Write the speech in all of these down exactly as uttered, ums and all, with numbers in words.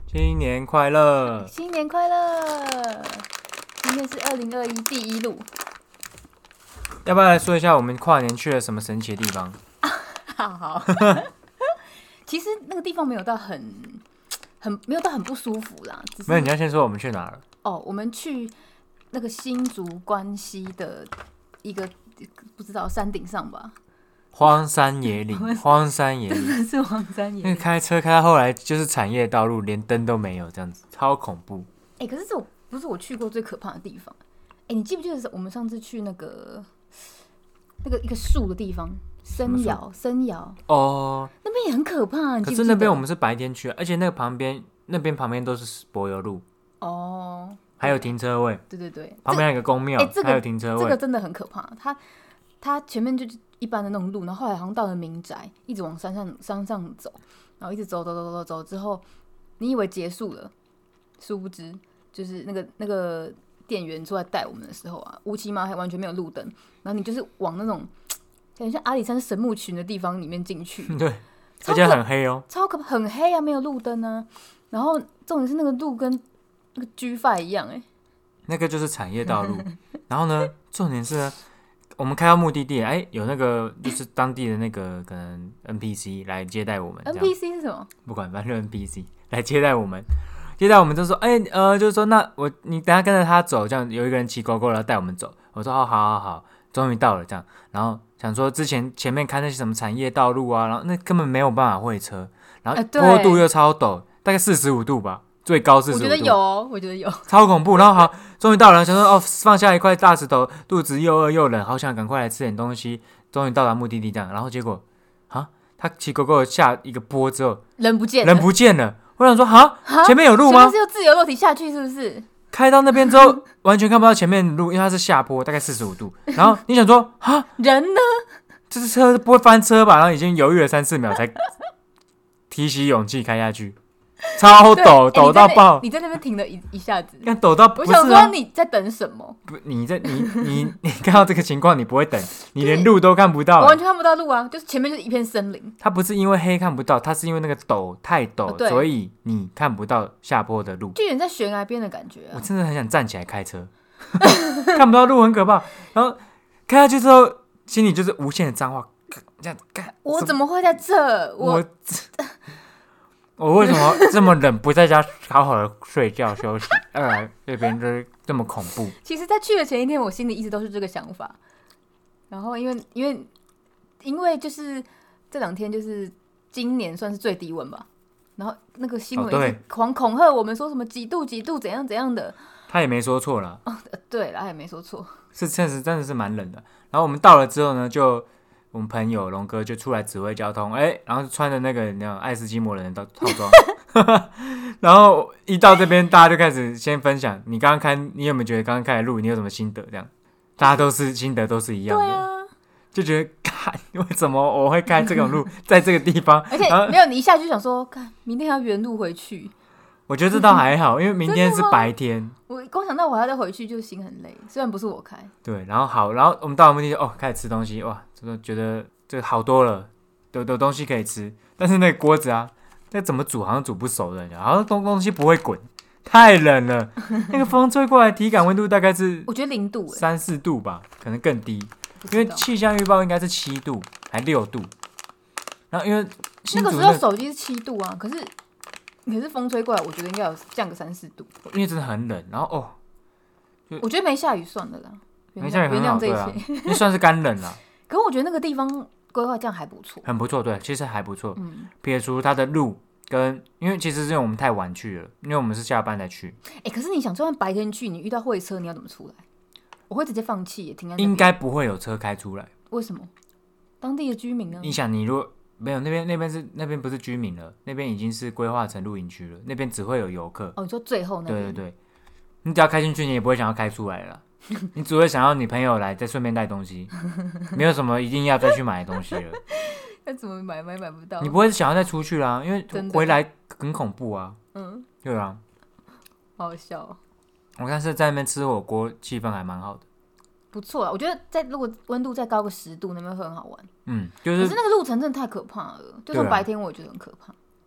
新年快乐！ 新年快乐！今天是二零二一第一路， 要不要来说一下我们跨年去了什么神奇的地方？ 好好。其实那个地方没有到很很没有到很不舒服啦。只是没有，你要先说我们去哪了？ 哦，我们去那个新竹关西的一个不知道山顶上吧。 荒山野岭，荒山野岭， 真的是荒山野岭。 那个开车开到后来就是产业道路，连灯都没有，这样子超恐怖。 哎、欸，可是这不是我去过最可怕的地方。哎、欸，你记不记得我们上次去那个那个一个树的地方，深窑，深窑哦， 那边也很可怕。你记不记得？ 可是那边我们是白天去，而且那个旁边那边旁边都是柏油路哦， 还有停车位。 对对对， 旁边还有个公庙、欸這個，还有停车位。 这个真的很可怕。它它前面就是一般的那种路，然后后来好像到了民宅，一直往山上山上走，然后一直走走走走走之后，你以为结束了，殊不知就是那个那个店员出来带我们的时候啊，乌漆嘛黑，完全没有路灯，然后你就是往那种感觉像阿里山神木群的地方里面进去， 对，而且很黑哦， 超可怕，很黑啊，没有路灯啊。然后重点是那个路跟那个 G 五 一样哎、欸， 那个就是产业道路。然后呢，重点是呢，我们开到目的地，哎，有那个就是当地的那个可能 N P C 来接待我们。 N P C 是什么？ 不管，反正 N P C 来接待我们。接待我们就说，哎、欸，呃，就是说，那我你等一下跟着他走，这样有一个人骑狗狗然后带我们走。我说，哦，好好好，终于到了这样。然后想说，之前前面看那些什么产业道路啊，然后那根本没有办法会车，然后坡度又超陡，大概四十五度吧，最高四十五度。 我觉得有、哦，我觉得有， 超恐怖。然后好，终于到了，想说哦，放下一块大石头，肚子又饿又冷，好想赶快来吃点东西。终于到达目的地这样，然后结果啊，他骑狗狗下一个坡之后， 人不见了， 人不见了。我想说，哈，前面有路吗？ 前面是有自由落体下去，是不是？ 开到那边之后，完全看不到前面的路，因为它是下坡，大概四十五度。然后你想说，哈， 人呢？ 这车不会翻车吧？然后已经犹豫了三四秒，才提起勇气开下去。超陡，陡、欸、到爆！ 你在那边停了 一, 一下子， 看陡到不是、啊。 我想说你在等什么？ 不，你在你你你看到这个情况，你不会等，你连路都看不到、欸， 我完全看不到路啊！就是前面就是一片森林。 它不是因为黑看不到，它是因为那个陡太陡、哦，所以你看不到下坡的路， 就有点在悬崖边的感觉、啊。 我真的很想站起来开车，看不到路很可怕。然后开下去之后，心里就是无限的脏话，这样干。 我怎么会在这？我。 我我为什么这么冷，不在家好好的睡觉休息？二来这边就是这么恐怖。 其实，在去的前一天，我心里一直都是这个想法。然后因，因为因为因为就是这两天就是今年算是最低温吧。然后那个新闻是狂恐吓我们说什么几度几度怎样怎样的。 他也没说错啦。 哦，对啦，他也没说错， 是确实真的是蛮冷的。然后我们到了之后呢，就。我们朋友龙哥就出来指挥交通，哎、欸，然后穿的那个那种爱斯基摩人的套装，然后一到这边，大家就开始先分享，你刚刚开，你有没有觉得刚刚开的路，你有什么心得？这样，大家都是心得都是一样的， 啊、 就觉得，看为什么我会开这种路，在这个地方， 而且没有你一下就想说，看明天还要原路回去。 我觉得这倒还好，因为明天是白天。 我光想到我还要再回去，就心很累。虽然不是我开。 对，然后好，然后我们到了目的地哦，开始吃东西，哇，这个觉得这个好多了，有有东西可以吃。但是那个锅子啊，那怎么煮好像煮不熟的，好像东东西不会滚，太冷了。那个风吹过来，体感温度大概是我觉得零度， 三四度吧，可能更低，因为气象预报应该是七度还六度。然后因为那个时候手机是七度啊，可是。可是风吹过来，我觉得应该有降个三四度， 因为真的很冷。然后哦， 我觉得没下雨算了啦， 没下雨原谅这一切， 啊、因为算是干冷啦。 可是我觉得那个地方规划这样还不错， 很不错，对，其实还不错。 嗯， 撇除它的路跟，因为其实是因为我们太晚去了，因为我们是下班才去。 哎、欸，可是你想，就算白天去，你遇到会车，你要怎么出来？我会直接放弃，停在那边。 应该不会有车开出来。 为什么？当地的居民呢？ 你想，你如果没有那边，那边是那边不是居民了，那边已经是规划成露营区了，那边只会有游客。 哦，你说最后那边？ 对对对，你只要开进去，你也不会想要开出来了，你只会想要你朋友来，再顺便带东西，没有什么一定要再去买的东西了。 那怎么买买买不到？ 你不会想要再出去啦，因为回来很恐怖啊。嗯，对啊， 好好笑哦。 我看是在那边吃火锅，气氛还蛮好的。 不错啊，我觉得在如果温度再高个十度，那边会很好玩。 嗯，就是。 可是那个路程真的太可怕了，就算白天我也觉得很可怕。哎、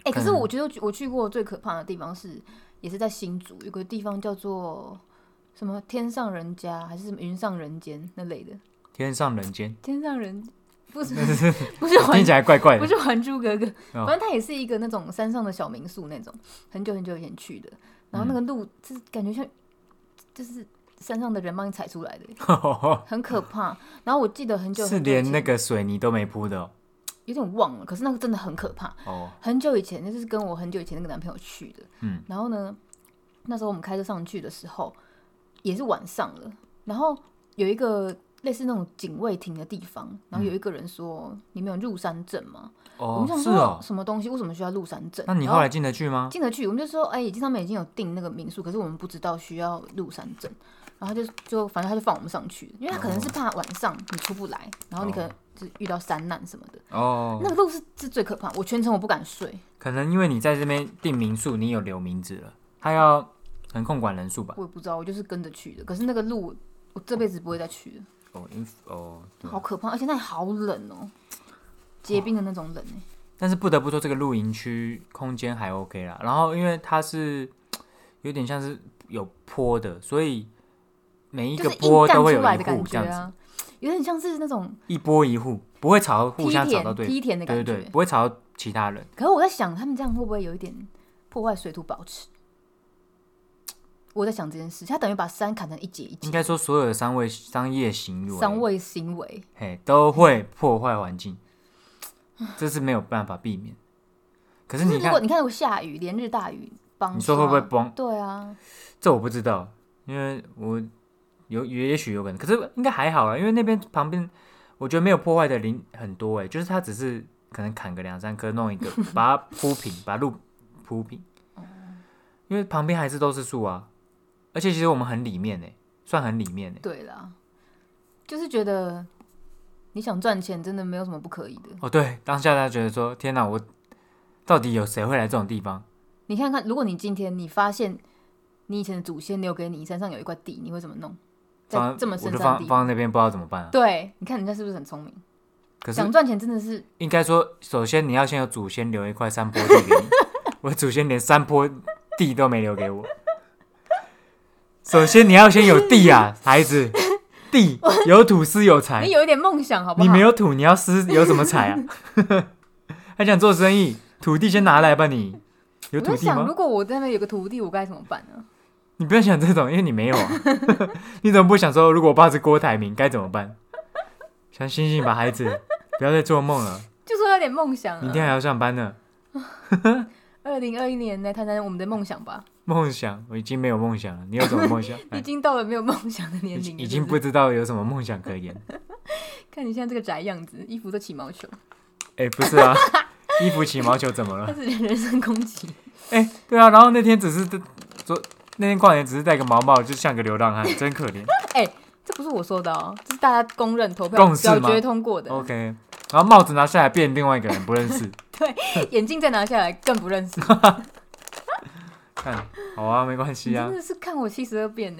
哎、欸，可是我觉得我去过最可怕的地方是，也是在新竹，有个地方叫做什么天上人家还是什么云上人间那类的。 天上人间， 天上人不是不是听起来怪怪的， 不是《还珠格格》 哦， 反正它也是一个那种山上的小民宿那种，很久很久以前去的。然后那个路就是感觉像就是山上的人帮你踩出来的，很可怕。然后我记得很久很久是连那个水泥都没铺的哦。 有点忘了，可是那个真的很可怕。哦，很久以前，那就是跟我很久以前那个男朋友去的。嗯，然后呢，那时候我们开车上去的时候，也是晚上了。然后有一个类似那种警卫亭的地方，然后有一个人说：“嗯、你们有入山证吗？”哦，我们想说、哦、什么东西？为什么需要入山证？ 那你后来进得去吗？ 进得去，我们就说：“哎、欸，上面已经有订那个民宿，可是我们不知道需要入山证。”然后他就就反正他就放我们上去，因为他可能是怕晚上你出不来，然后你可能就遇到山难什么的。哦，那个路是是最可怕，我全程我不敢睡。 可能因为你在这边订民宿，你有留名字了，他要可能控管人数吧。 我也不知道，我就是跟着去的。可是那个路我这辈子不会再去了。 哦，哦， 好可怕，而且那里好冷哦，结冰的那种冷哎。 但是不得不说，这个露营区空间还 OK 啦。然后因为它是有点像是有坡的，所以每一个坡都会有一户这样子， 啊、有点像是那种一波一户，不会吵，互相吵到对梯田的感觉， 对对对，不会吵到其他人。 可是我在想，他们这样会不会有一点破坏水土保持？我在想这件事，他等于把山砍成一节一节。 应该说，所有的商业商业行为， 商业行为， 嘿，都会破坏环境，这是没有办法避免。可是你看， 如果你看，如果下雨，连日大雨，帮你说会不会崩？ 对啊， 这我不知道，因为我有也许有可能，可是应该还好啦，因为那边旁边我觉得没有破坏的林很多哎，就是它只是可能砍个两三棵，弄一个把它铺平，把路铺平，因为旁边还是都是树啊。而且其实我们很里面哎，算很里面哎。 对啦，就是觉得你想赚钱，真的没有什么不可以的。 哦，对，当下他觉得说，天哪，我到底有谁会来这种地方？ 你看看，如果你今天你发现你以前的祖先留给你山上有一块地，你会怎么弄？在这么深山的地， 我就放放在那边，不知道怎么办、啊。 对，你看人家是不是很聪明？ 可是想赚钱真的是应该说，首先你要先有祖先留一块山坡地给你，我祖先连山坡地都没留给我。首先你要先有地啊，孩子，地有土司有财。 你有一点梦想好不好？ 你没有土，你要司有什么财啊？还想做生意，土地先拿来吧你。有土地吗？ 我在想，如果我在那边有个土地，我该怎么办呢？ 你不要想这种，因为你没有啊。你怎么不想说，如果我爸是郭台铭该怎么办？想醒醒吧，孩子，不要再做梦了。 就说有点梦想、啊， 明天还要上班呢。 二零二一年来谈谈我们的梦想吧。 梦想，我已经没有梦想了。你有什么梦想？ 已经到了没有梦想的年龄， 已经不知道有什么梦想可言。 看你现在这个宅样子，衣服都起毛球。 哎、欸，不是啊，衣服起毛球怎么了？ 这是人身攻击。 哎、欸，对啊，然后那天只是昨那天跨年只是戴个毛帽，就像个流浪汉，真可怜。 哎、欸，这不是我说的哦，这是大家公认投票表决通过的。 OK， 然后帽子拿下来变另外一个人，不认识。 对，眼镜再拿下来更不认识。 看，好啊，没关系啊。 真的是看我七十二变呢。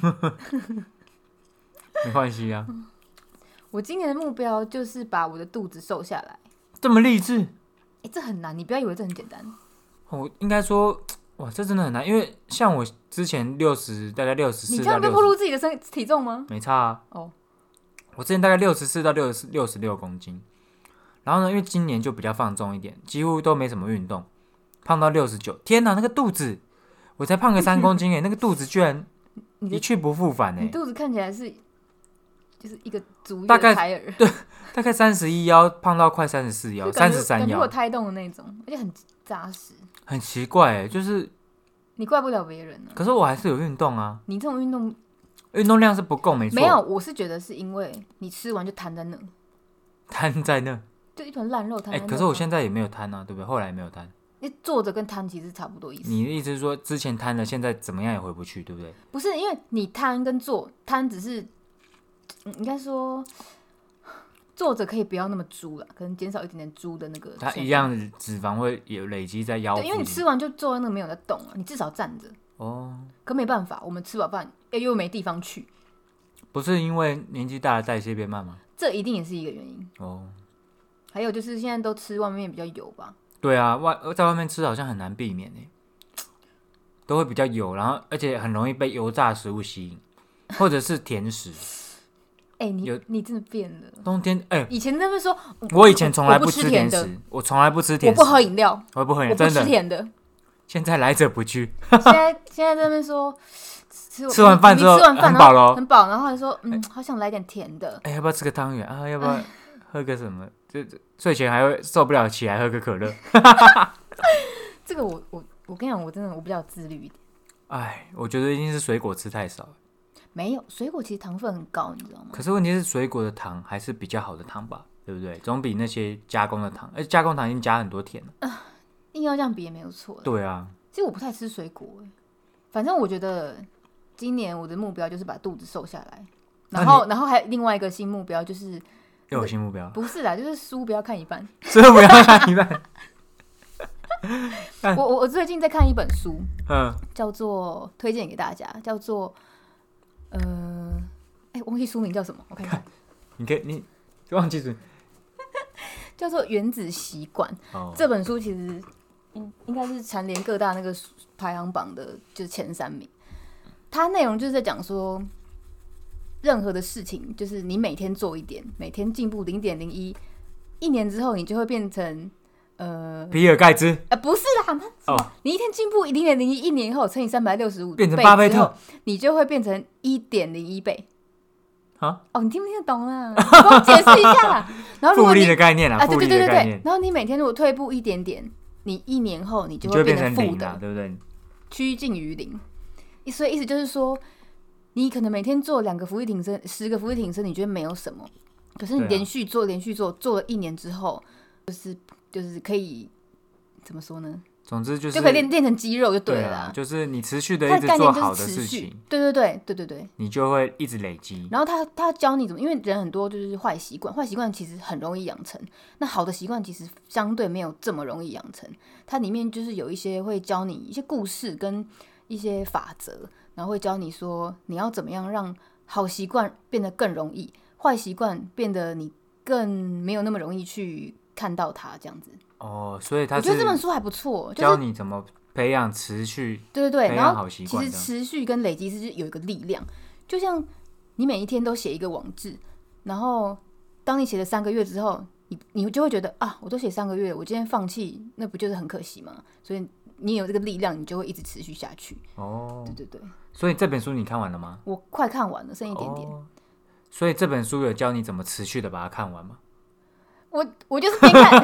没关系啊。 我今年的目标就是把我的肚子瘦下来。 这么励志？ 哎、欸，这很难，你不要以为这很简单。 我应该说，哇，这真的很难，因为像我之前六十，大概六十四， 你这样不暴露自己的身体重吗？ 没差啊。 哦， 我之前大概六十四到六十六十六公斤，然后呢，因为今年就比较放纵一点，几乎都没什么运动，胖到六十九。天哪，那个肚子，我才胖个三公斤哎，那个肚子居然一去不复返哎。 你肚子看起来是就是一个足月的胎儿， 对，大概三十一腰，胖到快三十四腰，三十三腰， 感觉我胎动的那种，而且很扎实。 很奇怪哎，就是你怪不了别人啊。 可是我还是有运动啊。 你这种运动， 运动量是不够，没错。 没有，我是觉得是因为你吃完就瘫在那， 瘫在那， 就一团烂肉瘫在那。 哎、欸，可是我现在也没有瘫啊，对不对？后来也没有瘫。 你坐着跟瘫其实差不多意思。 你的意思是说，之前瘫了，现在怎么样也回不去，对不对？ 不是，因为你瘫跟坐，瘫只是，嗯，应该说。坐着可以不要那么猪啦，可能减少一点点猪的那个。 它一样脂肪会有累积在腰腹。 对，因为你吃完就坐在那个没有在动啊，你至少站着。哦。可没办法，我们吃饱饭，哎、欸，又没地方去。 不是因为年纪大了代谢变慢吗？ 这一定也是一个原因。 哦。 还有就是现在都吃外面比较油吧。 对啊，外在外面吃好像很难避免诶，都会比较油，然后而且很容易被油炸食物吸引，或者是甜食。 哎、欸，你你真的变了。 冬天哎，欸、 以前那边说， 我以前从来不吃甜食，我从来不吃甜食， 我不喝饮料， 我不喝饮料， 我不吃甜的。 现在来者不拒。 现在现在在那边说，吃吃完饭之后很饱了， 很饱，然后还说，嗯，好想来点甜的。 哎、欸，要不要吃个汤圆啊？要不要喝个什么？就睡前还会受不了起来喝个可乐。 这个我我我跟你讲，我真的我比较自律一点。 哎，我觉得一定是水果吃太少。 没有，水果其实糖分很高，你知道吗？ 可是问题是，水果的糖还是比较好的糖吧，对不对？总比那些加工的糖，而且加工糖已经加很多甜了。 呃、硬要这样比也没有错。 对啊， 其实我不太吃水果，反正我觉得今年我的目标就是把肚子瘦下来，然后然后还有另外一个新目标就是， 又有新目标？ 不是啦，就是书不要看一半， 书不要看一半。 我我我最近在看一本书， 嗯， 叫做推荐给大家，叫做。呃，哎、欸，忘记书名叫什么？我看看。 你可以，你忘记书叫做《原子习惯》。哦，这本书其实应应该是蝉联各大那个排行榜的，就是前三名。它内容就是在讲说，任何的事情，就是你每天做一点，每天进步零点零一，一年之后你就会变成呃， 比尔盖茨。 呃，不是啦，哦，你一天进步零点零一，一年以后乘以三百六十五， 变成巴菲特， 你就会变成一点零一倍。 啊？ 哦，你听不听得懂啦？我帮我解释一下啦。然后如果复利的概念啦， 啊，对对对对对。 然后你每天如果退步一点点，你一年后你就会变成负的， 对不对？ 趋近于零。所以意思就是说，你可能每天做两个伏地挺身，十个伏地挺身，你觉得没有什么，可是你连续做，连续做，做了一年之后，就是就是可以怎么说呢？ 总之就是就可以 练, 练成肌肉就对了啦， 对啊，就是你持续的一直做好的事情， 对对对对对对， 你就会一直累积。 然后他他教你怎么，因为人很多就是坏习惯，坏习惯其实很容易养成，那好的习惯其实相对没有这么容易养成。它里面就是有一些会教你一些故事跟一些法则，然后会教你说你要怎么样让好习惯变得更容易，坏习惯变得你更没有那么容易去看到它这样子。 哦，所以他我觉得这本书还不错， 教你怎么培养持续， 对对对， 然后其实持续跟累积是有一个力量，就像你每一天都写一个网志，然后当你写了三个月之后，你你就会觉得啊，我都写三个月，我今天放弃，那不就是很可惜吗？所以你有这个力量，你就会一直持续下去。哦，对对对。 所以这本书你看完了吗？ 我快看完了，剩一点点。 哦，所以这本书有教你怎么持续的把它看完吗？ 我我就是边看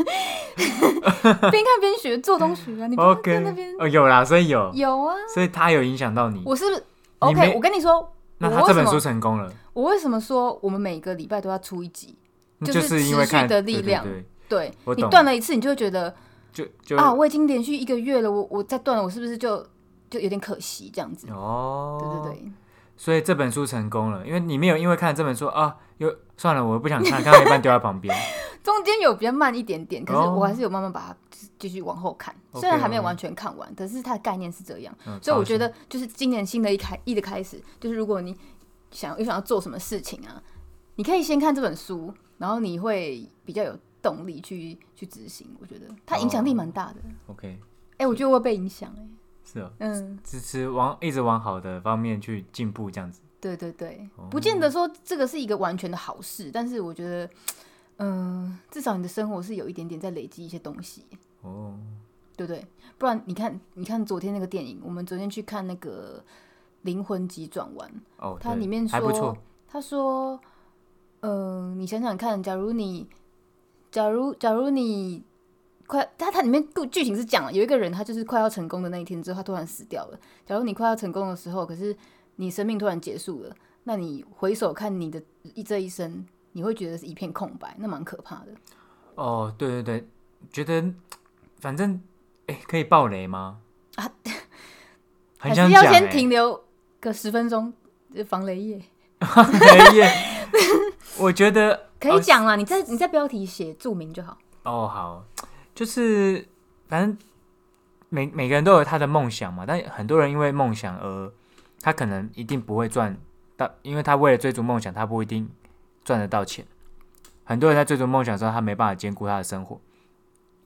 边看边学，做东学啊！你不要在那边、 okay. 哦，有啦，所以有有啊， 所以他有影响到你。 我是 OK， 我跟你说， 那他这本书成功了。 我为什么说我们每个礼拜都要出一集？ 就是因为持续的力量。 对, 对, 对，你断了一次，你就会觉得就就啊，我已经连续一个月了，我我再断了，我是不是就就有点可惜这样子？ 哦， 对对对。 所以这本书成功了，因为你没有因为看这本书啊，又算了，我不想看，看到一半丢在旁边。 中间有比较慢一点点，可是我还是有慢慢把它继续往后看， okay, 虽然还没有完全看完， okay. 可是它的概念是这样，嗯、所以我觉得就是今年新的一开一的开始，就是如果你想又想要做什么事情啊，你可以先看这本书，然后你会比较有动力去去执行。我觉得它影响力蛮大的。 Oh, OK， 哎、欸，我觉得我会被影响哎。 是哦，嗯，支持往一直往好的方面去进步，这样子。 对对对，不见得说这个是一个完全的好事，但是我觉得，嗯、呃，至少你的生活是有一点点在累积一些东西。哦，对不对？不然你看，你看昨天那个电影，我们昨天去看那个《灵魂急转弯》，哦，它里面说， 还不错。 他说，嗯、呃，你想想看，假如你，假如，假如你。快，它它里面剧情是讲有一个人，他就是快要成功的那一天之后，他突然死掉了。假如你快要成功的时候，可是你生命突然结束了，那你回首看你的这一生，你会觉得是一片空白，那蛮可怕的。 哦，对对对，觉得反正哎，可以爆雷吗？啊，很想讲、欸、 还是要先停留个十分钟，防雷页。 雷页，我觉得可以讲啦，哦、你在你在标题写注明就好。 哦，好。就是反正每每个人都有他的梦想嘛，但很多人因为梦想而他可能一定不会赚到，因为他为了追逐梦想，他不一定赚得到钱。很多人在追逐梦想的时候，他没办法兼顾他的生活。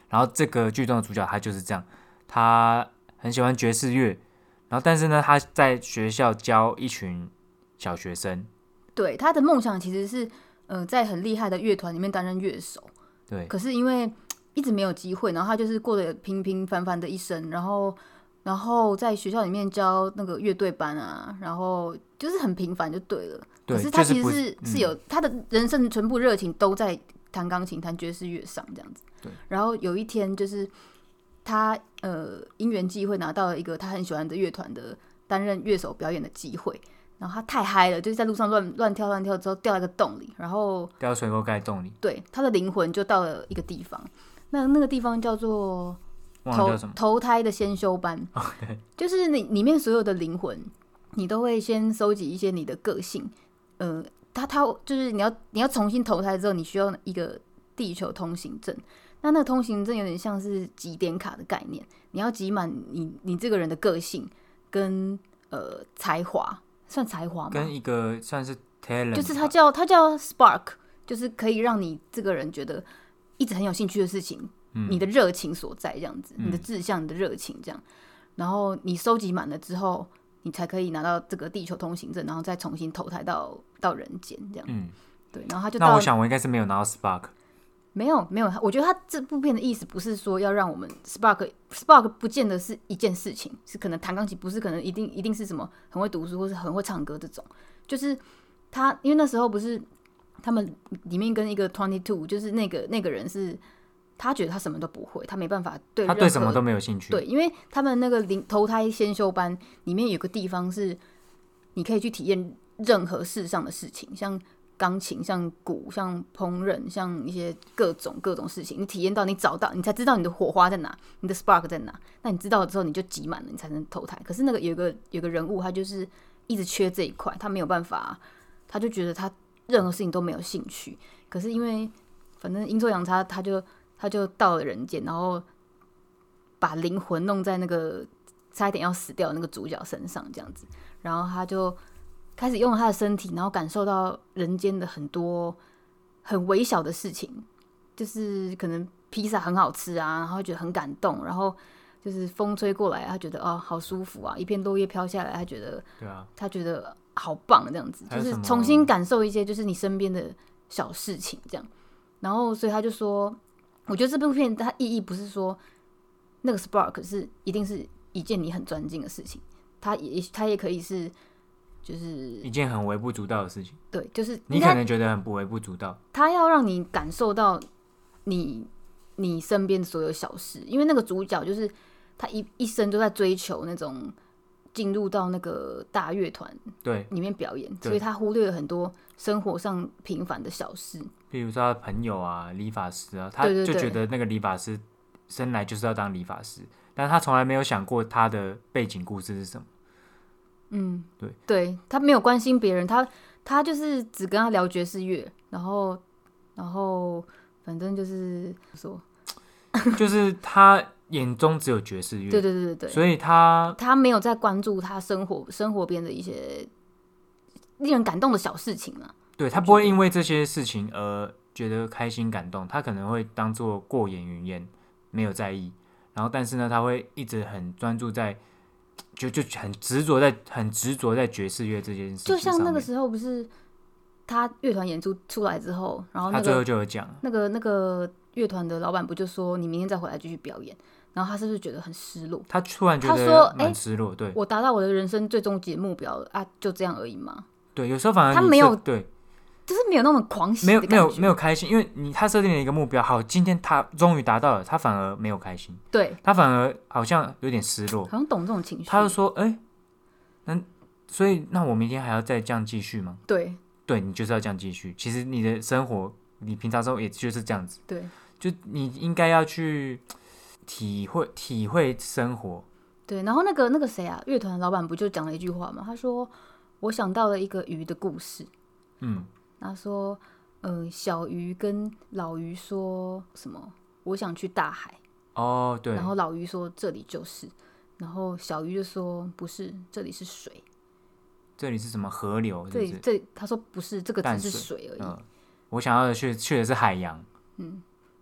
然后这个剧中的主角他就是这样，他很喜欢爵士乐，然后但是呢他在学校教一群小学生。 对，他的梦想其实是呃在很厉害的乐团里面担任乐手。 对， 可是因为一直没有机会，然后他就是过得平平凡凡的一生，然后然后在学校里面教那个乐队班啊，然后就是很平凡就对了。 对， 可是他其实就是是、 嗯、 是有他的人生全部热情都在弹钢琴、弹爵士乐上这样子。 对， 然后有一天就是他呃因缘际会拿到了一个他很喜欢的乐团的担任乐手表演的机会。然后他太嗨了，就是在路上乱乱跳乱跳之后掉到一个洞里，然后掉水沟盖洞里。 对，他的灵魂就到了一个地方，那那个地方叫做投投胎的先修班， 哦、对， 就是你里面所有的灵魂，你都会先收集一些你的个性，呃，他他就是你要你要重新投胎之后，你需要一个地球通行证，那那个通行证有点像是集点卡的概念，你要集满你你这个人的个性跟呃才华。算才华吗？ 跟一个算是 talent， 就是它叫它叫 spark， 就是可以让你这个人觉得一直很有兴趣的事情，嗯、你的热情所在这样子，嗯、你的志向、你的热情这样，然后你收集满了之后，你才可以拿到这个地球通行证，然后再重新投胎到到人间这样。嗯，对，然后他就到那我想我应该是没有拿到 spark。 没有没有，我觉得他这部片的意思不是说要让我们 spark spark 不见得是一件事情，是可能弹钢琴不是可能一定一定是什么很会读书或是很会唱歌这种，就是他因为那时候不是他们里面跟一个二十二，就是那个那个人是他觉得他什么都不会，他没办法对他对什么都没有兴趣。 对，因为他们那个投胎先修班里面有个地方是你可以去体验任何世上的事情，像钢琴、像鼓、像烹饪、像一些各种各种事情，你体验到，你找到，你才知道你的火花在哪，你的 spark 在哪。那你知道了之后，你就集满了，你才能投胎。可是那个有个有个人物，他就是一直缺这一块，他没有办法，他就觉得他任何事情都没有兴趣。可是因为反正阴错阳差，他就他就到了人间，然后把灵魂弄在那个差一点要死掉的那个主角身上，这样子，然后他就开始用了他的身体，然后感受到人间的很多很微小的事情，就是可能披萨很好吃啊，然后觉得很感动，然后就是风吹过来，他觉得哦好舒服啊，一片落叶飘下来，他觉得， 对啊， 他觉得好棒这样子，就是重新感受一些就是你身边的小事情这样，然后所以他就说，我觉得这部片它意义不是说那个 spark 是一定是一件你很专精的事情，它也它也可以是。就是一件很微不足道的事情， 对，就是你可能觉得很不微不足道， 他要让你感受到你你身边所有小事，因为那个主角就是他一一生都在追求那种进入到那个大乐团对里面表演，所以他忽略了很多生活上平凡的小事， 比如说他的朋友啊、理发师啊，他就觉得那个理发师生来就是要当理发师，但他从来没有想过他的背景故事是什么。 嗯， 对， 对他没有关心别人，他他就是只跟他聊爵士乐，然后然后反正就是说， 就是他眼中只有爵士乐， 对对对对， 所以他他没有在关注他生活生活边的一些令人感动的小事情啊。 对，他不会因为这些事情而觉得开心感动，他可能会当作过眼云烟，没有在意。然后，但是呢，他会一直很专注在。就就很执着在很执着在爵士乐这件事情上面， 就像那个时候不是他乐团演出出来之后，然后、那个、 他最后就有讲， 那个那个乐团的老板不就说你明天再回来继续表演，然后他是不是觉得很失落？ 他突然觉得蛮失落，对， 我达到我的人生最终极目标了啊，就这样而已吗？ 对，有时候反而他没有对。 就是没有那种狂喜的感觉， 没有没有没有开心，因为你他设定了一个目标，好，今天他终于达到了，他反而没有开心， 对， 他反而好像有点失落， 好像懂这种情绪。 他就说，哎、欸，那所以那我明天还要再这样继续吗？ 对， 对你就是要这样继续。其实你的生活，你平常生活也就是这样子， 对， 就你应该要去体会体会生活。 对，然后那个那个谁啊，乐团老板不就讲了一句话吗？他说，我想到了一个鱼的故事，嗯。他说，呃，小鱼跟老鱼说什么？我想去大海。 哦，对。 然后老鱼说这里就是，然后小鱼就说不是，这里是水。 这里是什么河流？ 这里这他说不是，这个只是水而已。 嗯，我想要的去去的是海洋。 嗯，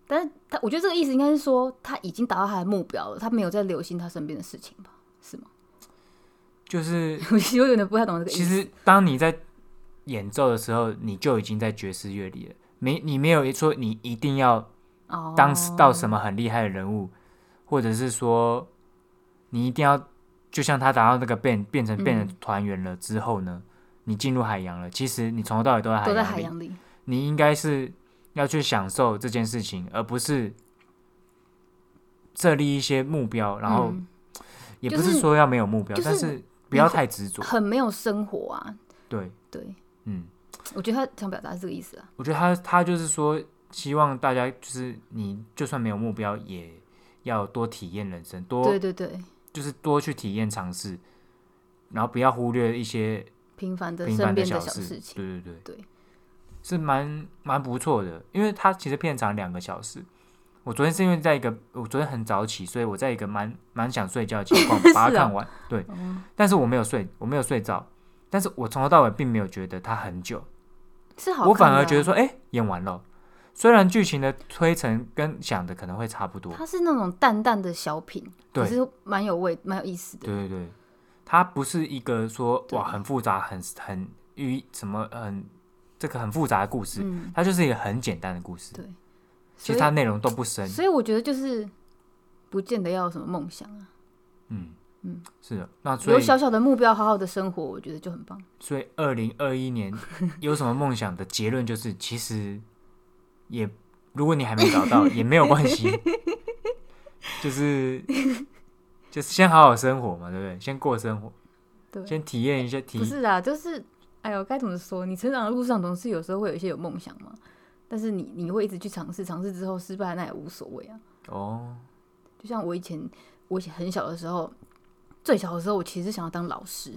但是他我觉得这个意思应该是说他已经达到他的目标了，他没有在留心他身边的事情吧？是吗？ 就是我其实有点不太懂这个意思。 其实当你在演奏的时候，你就已经在爵士乐里了，没你没有说你一定要当到什么很厉害的人物，或者是说你一定要就像他达到那个变变成变成团员了之后呢，你进入海洋了。其实你从头到尾都在海洋里， 都在海洋里。 你应该是要去享受这件事情，而不是设立一些目标，然后也不是说要没有目标， 就是、 但是不要太执着， 很没有生活啊。 对对， 嗯， 我觉得他想表达是这个意思啊。 我觉得他他就是说，希望大家就是你就算没有目标，也要多体验人生，多对对对， 就是多去体验尝试，然后不要忽略一些平凡的平凡身边小事的小事情。 对对对对， 是蛮蛮不错的，因为它其实片长两个小时。我昨天是因为在一个，我昨天很早起，所以我在一个蛮蛮想睡觉的情况把它看完。对、嗯，但是我没有睡，我没有睡着，但是我从头到尾并没有觉得它很久， 是好看的啊， 我反而觉得说，哎、欸，演完了。虽然剧情的推陈跟想的可能会差不多， 它是那种淡淡的小品，可是蛮有味、蛮有意思的。 对对对，它不是一个说哇很复杂、很很寓什么很这个很复杂的故事，嗯、它就是一个很简单的故事。 对， 其实它内容都不深， 所以我觉得就是不见得要有什么梦想啊。 嗯嗯， 是的，那所以有小小的目标，好好的生活，我觉得就很棒。 所以二零二一年有什么梦想的结论就是，其实也如果你还没找到也没有关系，就是就是先好好生活嘛，对不对？先过生活， 对， 先体验一下体。 不是啊，就是哎呦，该怎么说？你成长的路上总是有时候会有一些有梦想嘛，但是你你会一直去尝试，尝试之后失败那也无所谓啊。 哦， 就像我以前，我以前很小的时候，最小的时候，我其实想要当老师。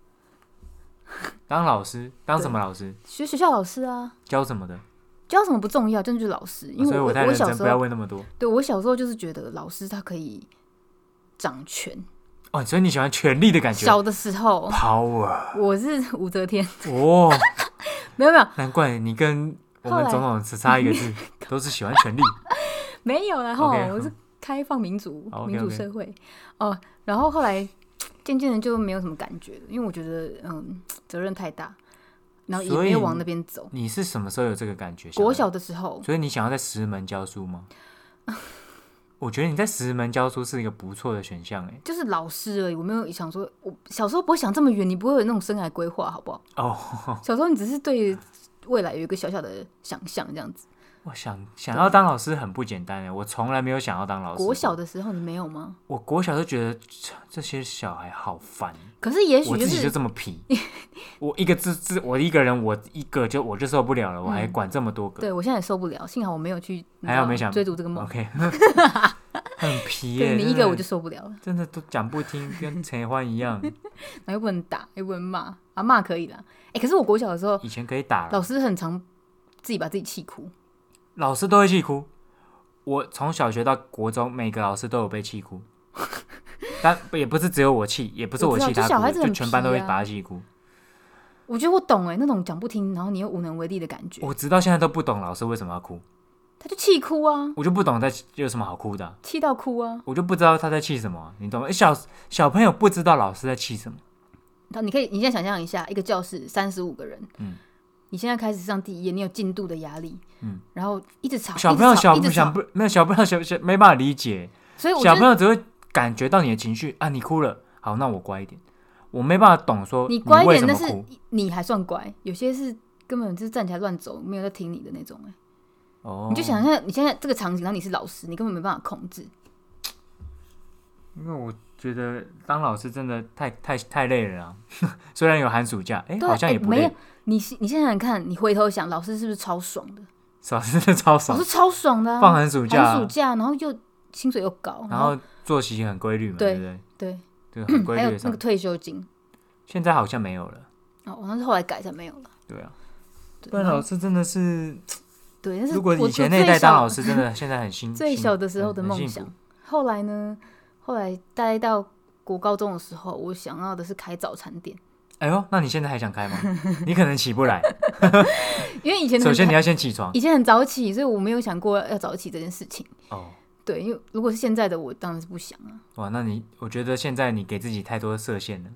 当老师？当什么老师？ 学学校老师啊。 教什么的？ 教什么不重要，真的就是老师。因为 我,、哦、 所以我太认真，不要问那么多。 对，我小时候就是觉得老师他可以掌权。 哦，所以你喜欢权力的感觉？ 小的时候 ，power。 我是武则天。 哦， 没有没有， 难怪你跟我们总统只差一个字，都是喜欢权力。 没有啦，后、 okay, 我是开放民主、 okay, 民主社会。哦、呃，然后后来渐渐的就没有什么感觉了，因为我觉得嗯责任太大，然后也没有往那边走。 你是什么时候有这个感觉？ 国小的时候。 所以你想要在石门教书吗？我觉得你在石门教书是一个不错的选项，哎， 就是老师而已。我没有想说，我小时候不会想这么远，你不会有那种生涯规划，好不好？ 哦， 小时候你只是对未来有一个小小的想象，这样子。 我想想要当老师很不简单哎，我从来没有想要当老师。 国小的时候你没有吗？ 我国小就觉得这些小孩好烦。 可是也许、就是、 我自己就这么皮，我一个字字，我一个人，我一个就我就受不了了，我还管这么多个。 嗯、对我现在也受不了，幸好我没有去， 还好没想追逐这个梦。 OK， 很皮耶、欸， 对你一个我就受不了了， 真的都讲不听，跟陈欢一样。 那又不能打，又不能骂，啊骂可以啦。哎、欸，可是我国小的时候， 以前可以打， 老师很常自己把自己气哭。 老师都会气哭，我从小学到国中，每个老师都有被气哭，但也不是只有我气，也不是我气他哭， 就, 小孩子很皮啊、就全班都会把他气哭。 我觉得我懂哎、欸，那种讲不听，然后你又无能为力的感觉。 我直到现在都不懂老师为什么要哭， 他就气哭啊！ 我就不懂在有什么好哭的、啊， 气到哭啊！ 我就不知道他在气什么、啊，你懂吗？小小朋友不知道老师在气什么。 你可以，你现在想象一下，一个教室三十五个人， 嗯。 你现在开始上第一页，你有进度的压力，嗯，然后一直吵， 小朋友小想不没有小朋友小小没办法理解， 所以我小朋友只会感觉到你的情绪啊，你哭了，好，那我乖一点，我没办法懂说你乖一点，但是你还算乖，有些是根本就是站起来乱走，没有在听你的那种、欸，哦，你就想象你现在这个场景，然后你是老师，你根本没办法控制， 因为我觉得当老师真的太太太累了啊，虽然有寒暑假，哎、欸，好像也不累。 欸你你现在看，你回头想，老师是不是超爽的？ 老师是超爽， 老师超爽的、啊， 放寒暑假， 寒暑假，然后又薪水又高， 然后作息很规律嘛，对不对？ 对对，很规律的。 还有那个退休金， 现在好像没有了。 哦，那是后来改才没有了。 对啊，不然老师真的是， 对，但是如果以前那一代当老师，真的现在很辛苦。 最小的时候的梦想，后来呢？后来大概到国高中的时候，我想要的是开早餐店。 哎呦，那你现在还想开吗？你可能起不来。 因为以前首先你要先起床。 以前很早起，所以我没有想过要早起这件事情。 哦， 对，因为如果是现在的我，当然是不想啊。 哇，那你我觉得现在你给自己太多设限了。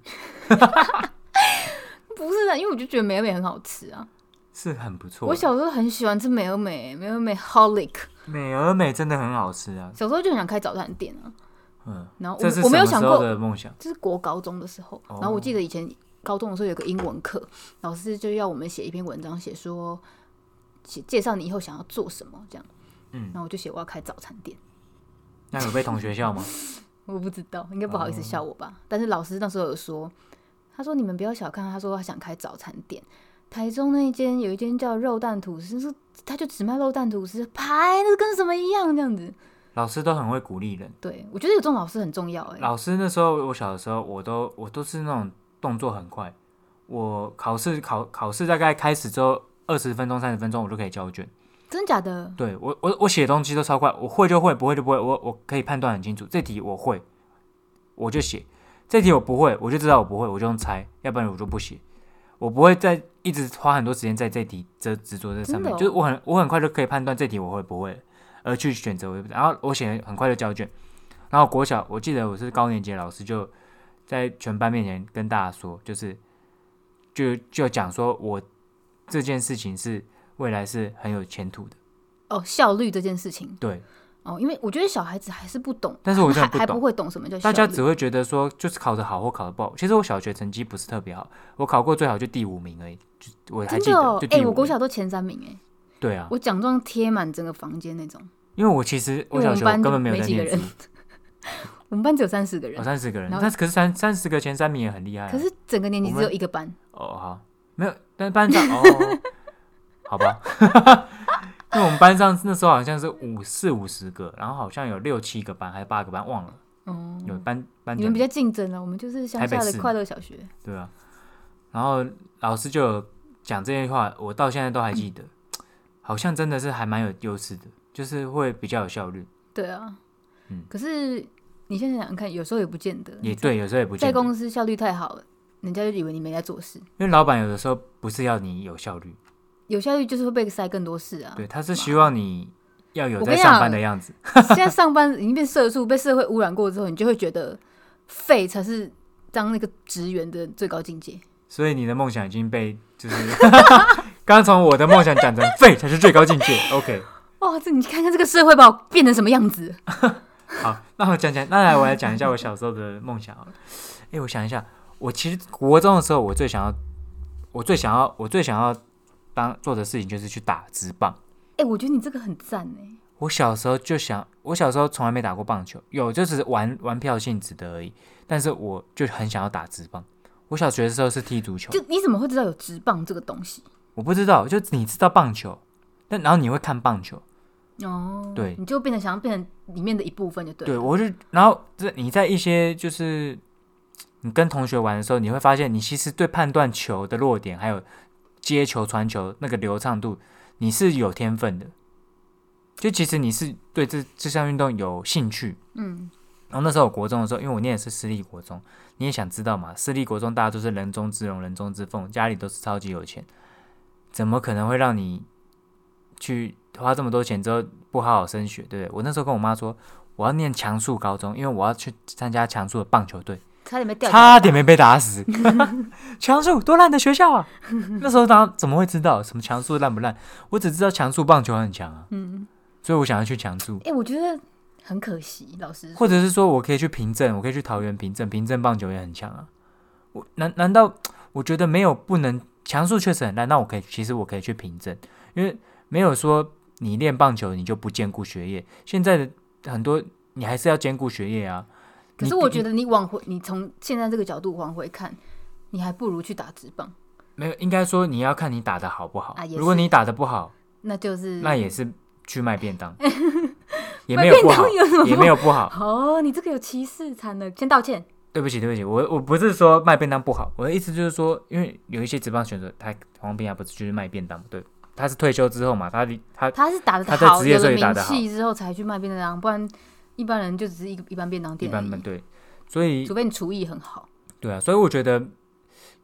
不是啊，因为我就觉得美而美很好吃啊， 是很不错。 我小时候很喜欢吃美而美，美而美 Holic， 美而美真的很好吃啊。 小时候就很想开早餐店啊。嗯，然后我这是我没有想过的梦想， 这是国高中的时候。哦、然后我记得以前高中的时候有个英文课，老师就要我们写一篇文章，写说写介绍你以后想要做什么这样。嗯，然后我就写我要开早餐店。 那有被同学笑吗？ 我不知道，应该不好意思笑我吧。哦、但是老师那时候有说，他说你们不要小看，他说他想开早餐店。台中那一间有一间叫肉蛋吐司，是他就只卖肉蛋吐司，排的跟什么一样这样子。 老师都很会鼓励人， 对，我觉得有这种老师很重要。哎， 老师那时候我小的时候，我都我都是那种动作很快，我考试考考试大概开始之后二十分钟三十分钟我就可以交卷。 真的假的？ 对，我我我写东西都超快，我会就会，不会就不会，我我可以判断很清楚，这题我会我就写，这题我不会我就知道我不会，我就用猜，要不然我就不写。我不会再一直花很多时间在这题这执着在上面， 哦、 就是我很我很快就可以判断这题我会不会，而去选择。然后我写很快就交卷。然后国小我记得我是高年级的老师，就在全班面前跟大家说，就是就就讲说我这件事情是未来是很有前途的。 哦，效率这件事情。 对。 哦，因为我觉得小孩子还是不懂， 但是我真的不懂， 还不会懂什么叫效率。 大家只会觉得说，就是考得好或考得不好。其实我小学成绩不是特别好，我考过最好就第五名而已，就我还记得， 哦、 就第五名。 欸、我国小都前三名哎。 对啊， 我奖状贴满整个房间那种。 因为我其实我小学我根本没有在念书。 我们班只有三十个人， 哦，三十个人，但是可是三三十个前三名也很厉害、啊。 可是整个年级只有一个班。 哦，好，没有，但班上哦，好吧。因为我们班上那时候好像是五四五十个，然后好像有六七个班还是八个班，忘了。哦，有班班长。 你们比较竞争了，我们就是乡下的快乐小学。 对啊，然后老师就有讲这些话，我到现在都还记得，好像真的是还蛮有优势的，就是会比较有效率。 对啊，嗯，可是你现在想想看，有时候也不见得。 也对，有时候也不见得。 在公司效率太好了，人家就以为你没在做事。 因为老板有的时候不是要你有效率。 有效率就是会被塞更多事啊。 对，他是希望你要有在上班的样子。 现在上班已经变社畜，被社会污染过之后，你就会觉得废才是当那个职员的最高境界。 所以你的梦想已经被就是刚从我的梦想讲成废才是最高境界。OK。 哇，这你看看这个社会把我变成什么样子。 好，那我讲讲，那来我来讲一下我小时候的梦想好了。哎、欸，我想一下，我其实国中的时候，我最想要，我最想要，我最想要。当做的事情就是去打职棒。 哎、欸，我觉得你这个很赞哎。 我小时候就想，我小时候从来没打过棒球，有就只是玩玩票性质的而已。但是我就很想要打职棒。我小学的时候是踢足球。 就你怎么会知道有职棒这个东西？ 我不知道，就你知道棒球，但然后你会看棒球。 哦， 对， 你就变成想要变成里面的一部分就对了。 对，我就然后你在一些就是你跟同学玩的时候，你会发现你其实对判断球的落点还有。接球传球那个流畅度你是有天分的，就其实你是对 这, 这项运动有兴趣。嗯，然后那时候我国中的时候，因为我念的是私立国中，你也想知道嘛，私立国中大家都是人中之龙人中之凤，家里都是超级有钱，怎么可能会让你去花这么多钱之后不好好升学，对不对？我那时候跟我妈说我要念强树高中，因为我要去参加强树的棒球队， 差点没掉， 差点没被打死。强树多烂的学校啊！那时候当怎么会知道什么强树烂不烂？我只知道强树棒球很强啊。嗯，所以我想要去强树。 哎、欸，我觉得很可惜，老师。 或者是说我可以去平镇，我可以去桃园平镇，平镇棒球也很强啊。我难难道我觉得没有不能强树确实很烂，那我可以其实我可以去平镇，因为没有说你练棒球你就不兼顾学业。现在的很多你还是要兼顾学业啊。 可是我觉得你往回，你从现在这个角度往回看，你还不如去打职棒。 没有，应该说你要看你打的好不好。 啊、 如果你打的不好， 那就是那也是去卖便当，也没有不好，也没有不好。 哦，你这个有歧视，惨了，先道歉。 对不起，对不起，我我不是说卖便当不好，我的意思就是说，因为有一些职棒选手，他黄平亚不是就是卖便当，对，他是退休之后嘛，他他他是打得好， 他在职业时候也打得好， 有了名气之后才去卖便当，不然。一般人就只是一一般便当店而已， 一般对，所以除非你厨艺很好。 对啊，所以我觉得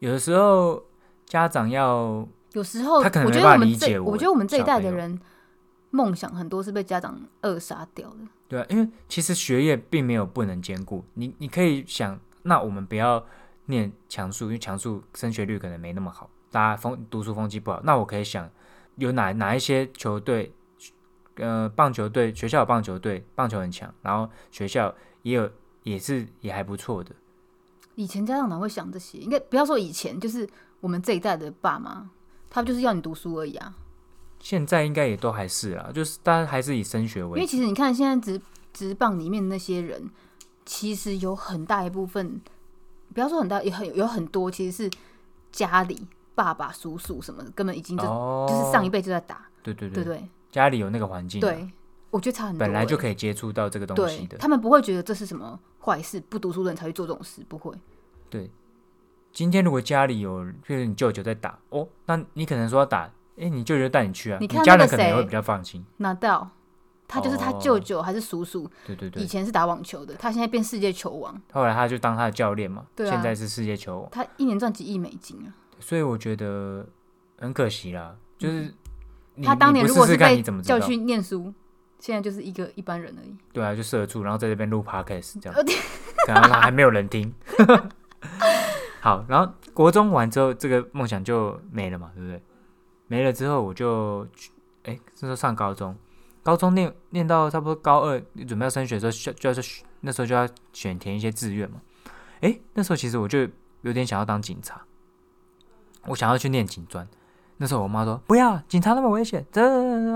有的时候家长要， 有时候他可能我觉没办法得我们这， 理解我我觉得我们这一代的小朋友人梦想很多是被家长扼杀掉的。 对啊，因为其实学业并没有不能兼顾，你你可以想，那我们不要念强数，因为强数升学率可能没那么好，大家风读书风气不好。那我可以想，有哪哪一些球队，呃，棒球队学校有棒球队，棒球很强，然后学校也有也是也还不错的。 以前家长哪会想这些？应该不要说以前，就是我们这一代的爸妈，他们就是要你读书而已啊。 现在应该也都还是啊，就是大家还是以升学为主。 因为其实你看现在职职棒里面的那些人，其实有很大一部分，不要说很大，也很有很多其实是家里爸爸、叔叔什么的，根本已经就、 哦、 就是上一辈就在打， 对对对对对， 家里有那个环境、啊， 对，我觉得差很多、欸， 本来就可以接触到这个东西的， 他们不会觉得这是什么坏事，不读书的人才去做这种事，不会。 对，今天如果家里有，譬如你舅舅在打哦，那你可能说要打。哎，你舅舅带你去啊， 你看你家人可能也会比较放心。 拿到，他就是他舅舅还是叔叔、哦， 对对对， 以前是打网球的，他现在变世界球王， 后来他就当他的教练嘛， 对啊、 现在是世界球王， 他一年赚几亿美金啊。 所以我觉得很可惜啦，就是你、 他当年如果是被叫去念书，现在就是一个一般人而已。 对啊，就社畜，然后在这边录 podcast 这样，可能还没有人听。好，然后国中完之后，这个梦想就没了嘛，对不对？没了之后，我就哎，那时候上高中，高中念念到差不多高二，准备要升学的时候，就要那时候就要选填一些志愿嘛。哎，那时候其实我就有点想要当警察，我想要去念警专。那时候我妈说不要，警察那么危险，对。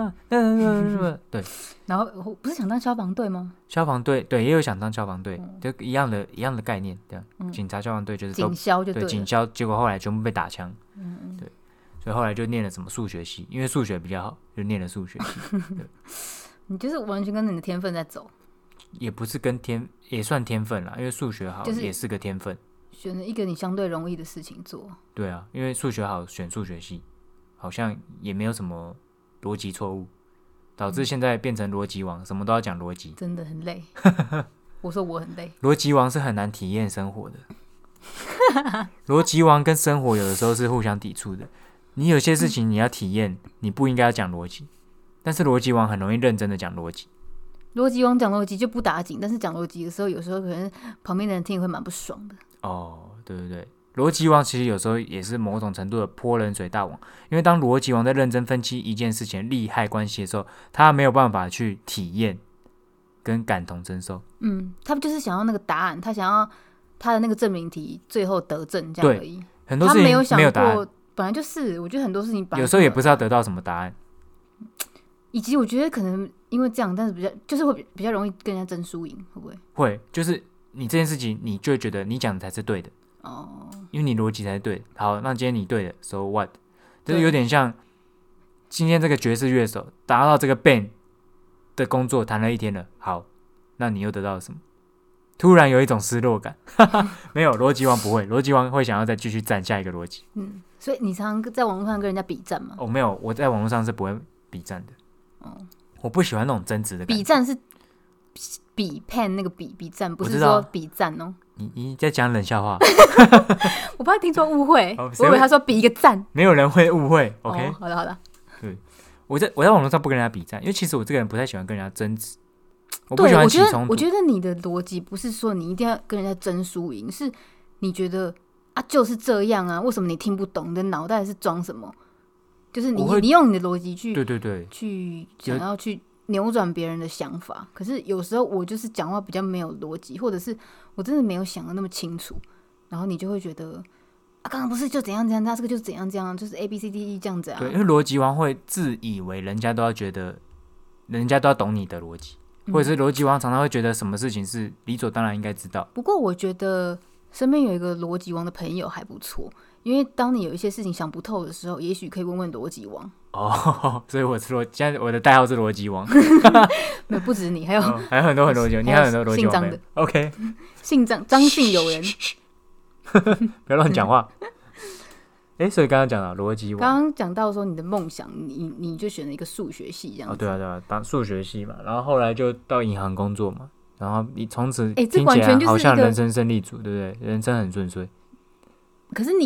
然后不是想当消防队吗？ 消防队对，也有想当消防队，嗯、就一样的一样的概念，这样。嗯、警察、消防队就是警消就对警消，结果后来全部被打枪。 嗯， 对。所以后来就念了什么数学系，因为数学比较好，就念了数学系。对， 你就是完全跟着你的天分在走， 也不是跟天，也算天分啦，因为数学好、就是、也是个天分。 选了一个你相对容易的事情做。 对啊，因为数学好，选数学系好像也没有什么逻辑错误，导致现在变成逻辑王，什么都要讲逻辑， 真的很累。我说我很累， 逻辑王是很难体验生活的。逻辑王跟生活有的时候是互相抵触的。你有些事情你要体验，你不应该要讲逻辑，但是逻辑王很容易认真的讲逻辑。 逻辑王讲逻辑就不打紧，但是讲逻辑的时候，有时候可能旁边的人听也会蛮不爽的。 哦，对对对，逻辑王其实有时候也是某种程度的泼冷水大王，因为当逻辑王在认真分析一件事情利害关系的时候，他没有办法去体验跟感同身受。 嗯，他们就是想要那个答案，他想要他的那个证明题最后得证这样而已。 很多事情没有想答案。 本来就是，我觉得很多事情有时候也不是要得到什么答案， 以及我觉得可能因为这样，但是比较就是会比较容易跟人家争输赢，会不会？ 会，就是你这件事情，你就会觉得你讲的才是对的哦，因为你逻辑才是对的。好，那今天你对的 ，so what？ 就是有点像今天这个爵士乐手达到这个 band 的工作弹了一天了，好，那你又得到了什么？突然有一种失落感，没有逻辑王不会，逻辑王会想要再继续站下一个逻辑。 嗯，所以你常常在网络上跟人家比战吗？ 哦，没有，我在网络上是不会比战的。哦，我不喜欢那种争执的感觉。 比战是比 pen 那个比比战，不是说比战哦。 你你在讲冷笑话， 我怕听错误会， 哦、 我以为他说比一个赞， 没有人会误会。OK，、 哦、好的好的。 对，我在我在网络上不跟人家比战，因为其实我这个人不太喜欢跟人家争执。我不喜欢起冲突。 我觉得你的逻辑不是说你一定要跟人家争输赢，是你觉得啊就是这样啊，为什么你听不懂？你的脑袋是装什么？就是你你用你的逻辑去对对对去想要去扭转别人的想法，可是有时候我就是讲话比较没有逻辑，或者是我真的没有想的那么清楚，然后你就会觉得啊刚刚不是就怎样怎样，他这个就是怎样怎样，就是 A B C D E 这样子啊。 对，因为逻辑王会自以为人家都要觉得，人家都要懂你的逻辑。或者是逻辑王常常会觉得什么事情是理所当然应该知道。 不过我觉得身边有一个逻辑王的朋友还不错，因为当你有一些事情想不透的时候，也许可以问问逻辑王。 哦，所以我是逻，现在我的代号是逻辑王。 没有，不止你，还有、哦、 还有很多很逻辑王，你还有很多逻辑王。姓张的 ，OK， 姓张，张姓友人。 不要乱讲话。哎、欸，所以刚刚讲到逻辑王， 刚刚讲到说你的梦想，你你就选了一个数学系这样子。 哦，对啊，对啊，当数学系嘛，然后后来就到银行工作嘛，然后你从此听起来好像人生胜利组，对不对？人生很顺遂。 可是你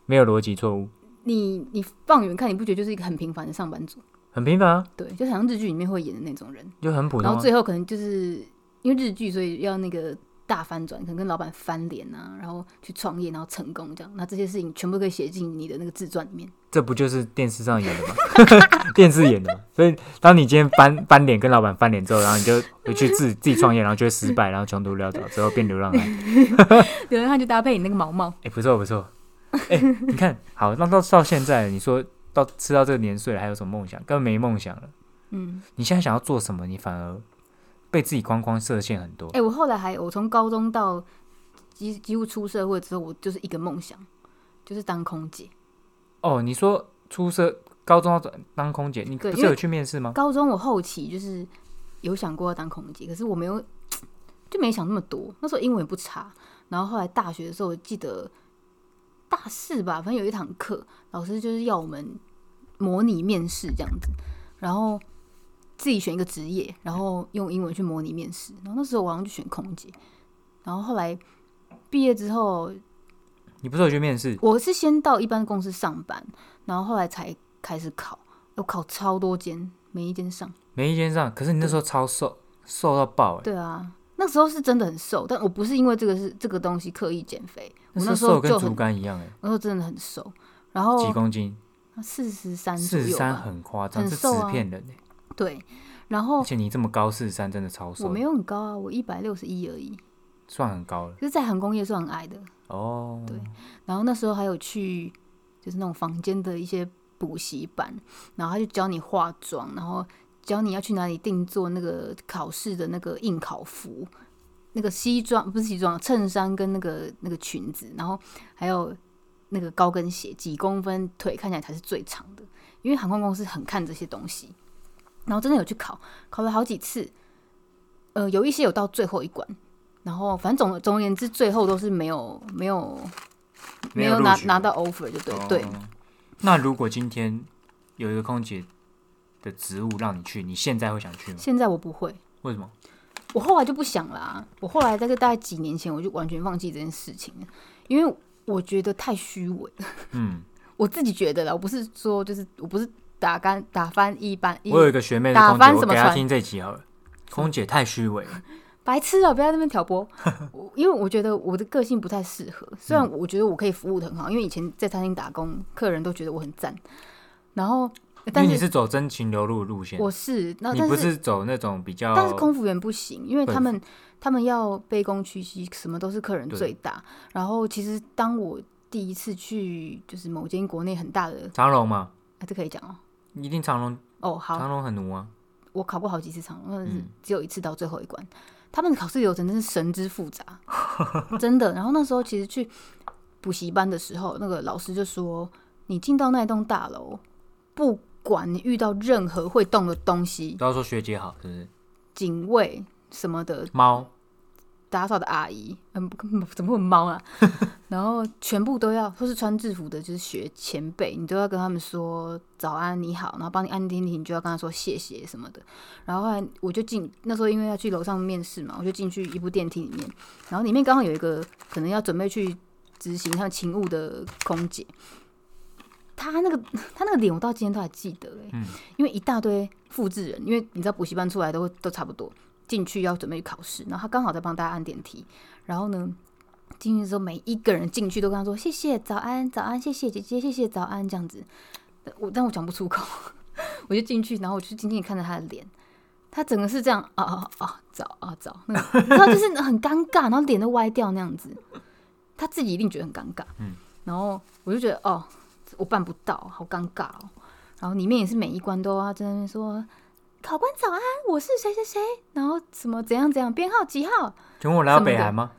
没有逻辑错误。 你你放远看，你不觉得就是一个很平凡的上班族？ 很平凡啊， 对，就好像日剧里面会演的那种人， 就很普通、啊。 然后最后可能就是因为日剧，所以要那个大翻转，可能跟老板翻脸啊，然后去创业，然后成功这样。那这些事情全部都可以写进你的那个自传里面。 这不就是电视上演的吗？电视演的嘛。所以当你今天翻翻脸跟老板翻脸之后，然后你就回去自自己创业，然后就会失败，然后穷途潦倒，之后变流浪汉。 流浪汉就搭配你那个毛毛。 哎、欸，不错不错。哎、欸，你看好，那到到现在，你说到吃到这个年岁了，还有什么梦想？根本没梦想了。 嗯， 你现在想要做什么？你反而被自己框框设限很多。 哎、欸，我后来还，我从高中到几几乎出社会之后，我就是一个梦想，就是当空姐。 哦，你说出社高中要当空姐，你不是有去面试吗？ 高中我后期就是有想过要当空姐，可是我没有，就没想那么多。那时候英文也不差，然后后来大学的时候，我记得大四吧，反正有一堂课，老师就是要我们模拟面试这样子，然后自己选一个职业，然后用英文去模拟面试。然后那时候我好像就选空姐，然后后来毕业之后， 你不是有去面试？ 我是先到一般公司上班，然后后来才开始考，我考超多间，每一间上， 每一间上。可是你那时候超瘦，瘦到爆哎！ 对啊，那时候是真的很瘦，但我不是因为这个是这个东西刻意减肥，我那时候就瘦跟竹竿一样哎， 那时候真的很瘦，然后几公斤？ 四十三左四十右吧， 三很夸张， 很瘦啊， 是纸片人哎。 对，然后而且你这么高，四十三真的超瘦。 我没有很高啊，我一百六十一而已， 算很高了。 可是在航空业算很矮的哦。 对，然后那时候还有去就是那种房间的一些补习班，然后他就教你化妆，然后教你要去哪里定做那个考试的那个应考服，那个西装不是西装，衬衫跟那个那个裙子，然后还有那个高跟鞋几公分腿看起来才是最长的，因为航空公司很看这些东西。然后真的有去考，考了好几次，呃，有一些有到最后一关，然后反正总总而言之，最后都是没有没有没有拿拿到 offer 就对、哦、对。 那如果今天有一个空姐的职务让你去，你现在会想去吗？ 现在我不会。 为什么？ 我后来就不想啦、啊。我后来大概大概几年前，我就完全放弃这件事情了，因为我觉得太虚伪了。 嗯， 我自己觉得啦，我不是说就是我不是打干打翻一般。 我有一个学妹的空姐，我给她听这集好了。空姐太虚伪了， 白痴啊！不要在那边挑拨。因为我觉得我的个性不太适合。虽然我觉得我可以服务的很好，因为以前在餐厅打工，客人都觉得我很赞。然后，但是因为你是走真情流露的路线， 我是，那你不是走那种比较。 但是空服员不行，因为他们他们要卑躬屈膝，什么都是客人最大。然后，其实当我第一次去就是某间国内很大的长荣吗？ 哎、啊，这可以讲哦。 一定长荣哦，好， 长荣很奴啊。 我考过好几次长荣，但是只有一次到最后一关。嗯、他们的考试流程真是神之复杂，真的。然后那时候其实去补习班的时候，那个老师就说：“你进到那栋大楼，不管你遇到任何会动的东西， 都要说学姐好，是不是？ 警卫什么的， 猫。” 打扫的阿姨，嗯，怎么会有猫啊？然后全部都要，都是穿制服的，就是学前辈，你都要跟他们说早安、你好，然后帮你按电梯，你就要跟他说谢谢什么的。然后后来我就进，那时候因为要去楼上面试嘛，我就进去一部电梯里面，然后里面刚好有一个可能要准备去执行他勤务的空姐，他那个他那个脸我到今天都还记得哎、欸嗯，因为一大堆复制人，因为你知道补习班出来都都差不多。进去要准备去考试，然后他刚好在帮大家按电梯，然后呢，进去之后每一个人进去都跟他说谢谢早安早安谢谢姐姐谢谢早安这样子，我但我讲不出口，我就进去，然后我就静静看着他的脸，他整个是这样啊啊啊早啊早，那个然后就是很尴尬，然后脸都歪掉那样子，他自己一定觉得很尴尬，嗯，然后我就觉得哦我办不到，好尴尬哦，然后里面也是每一关都要在那边说。考官早安，我是谁谁谁，然后什么怎样怎样，编号几号？ 请问我来到北韩吗？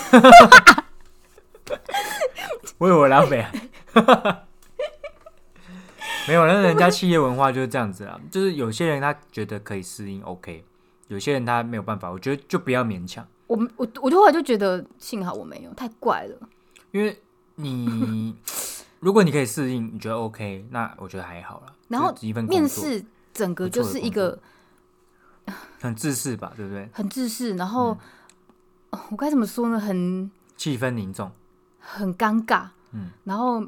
我以为我来到北韩，没有，那人家企业文化就是这样子啦。就是有些人他觉得可以适应 ，OK， 有些人他没有办法。我觉得就不要勉强。 我我我后来就觉得幸好我没有，太怪了。 因为你如果你可以适应，你觉得 OK， 那我觉得还好啦。 然后面试。整个就是一个很自私吧，对不对？ 很自私，然后、嗯、我该怎么说呢？很气氛凝重， 很尴尬。嗯，然后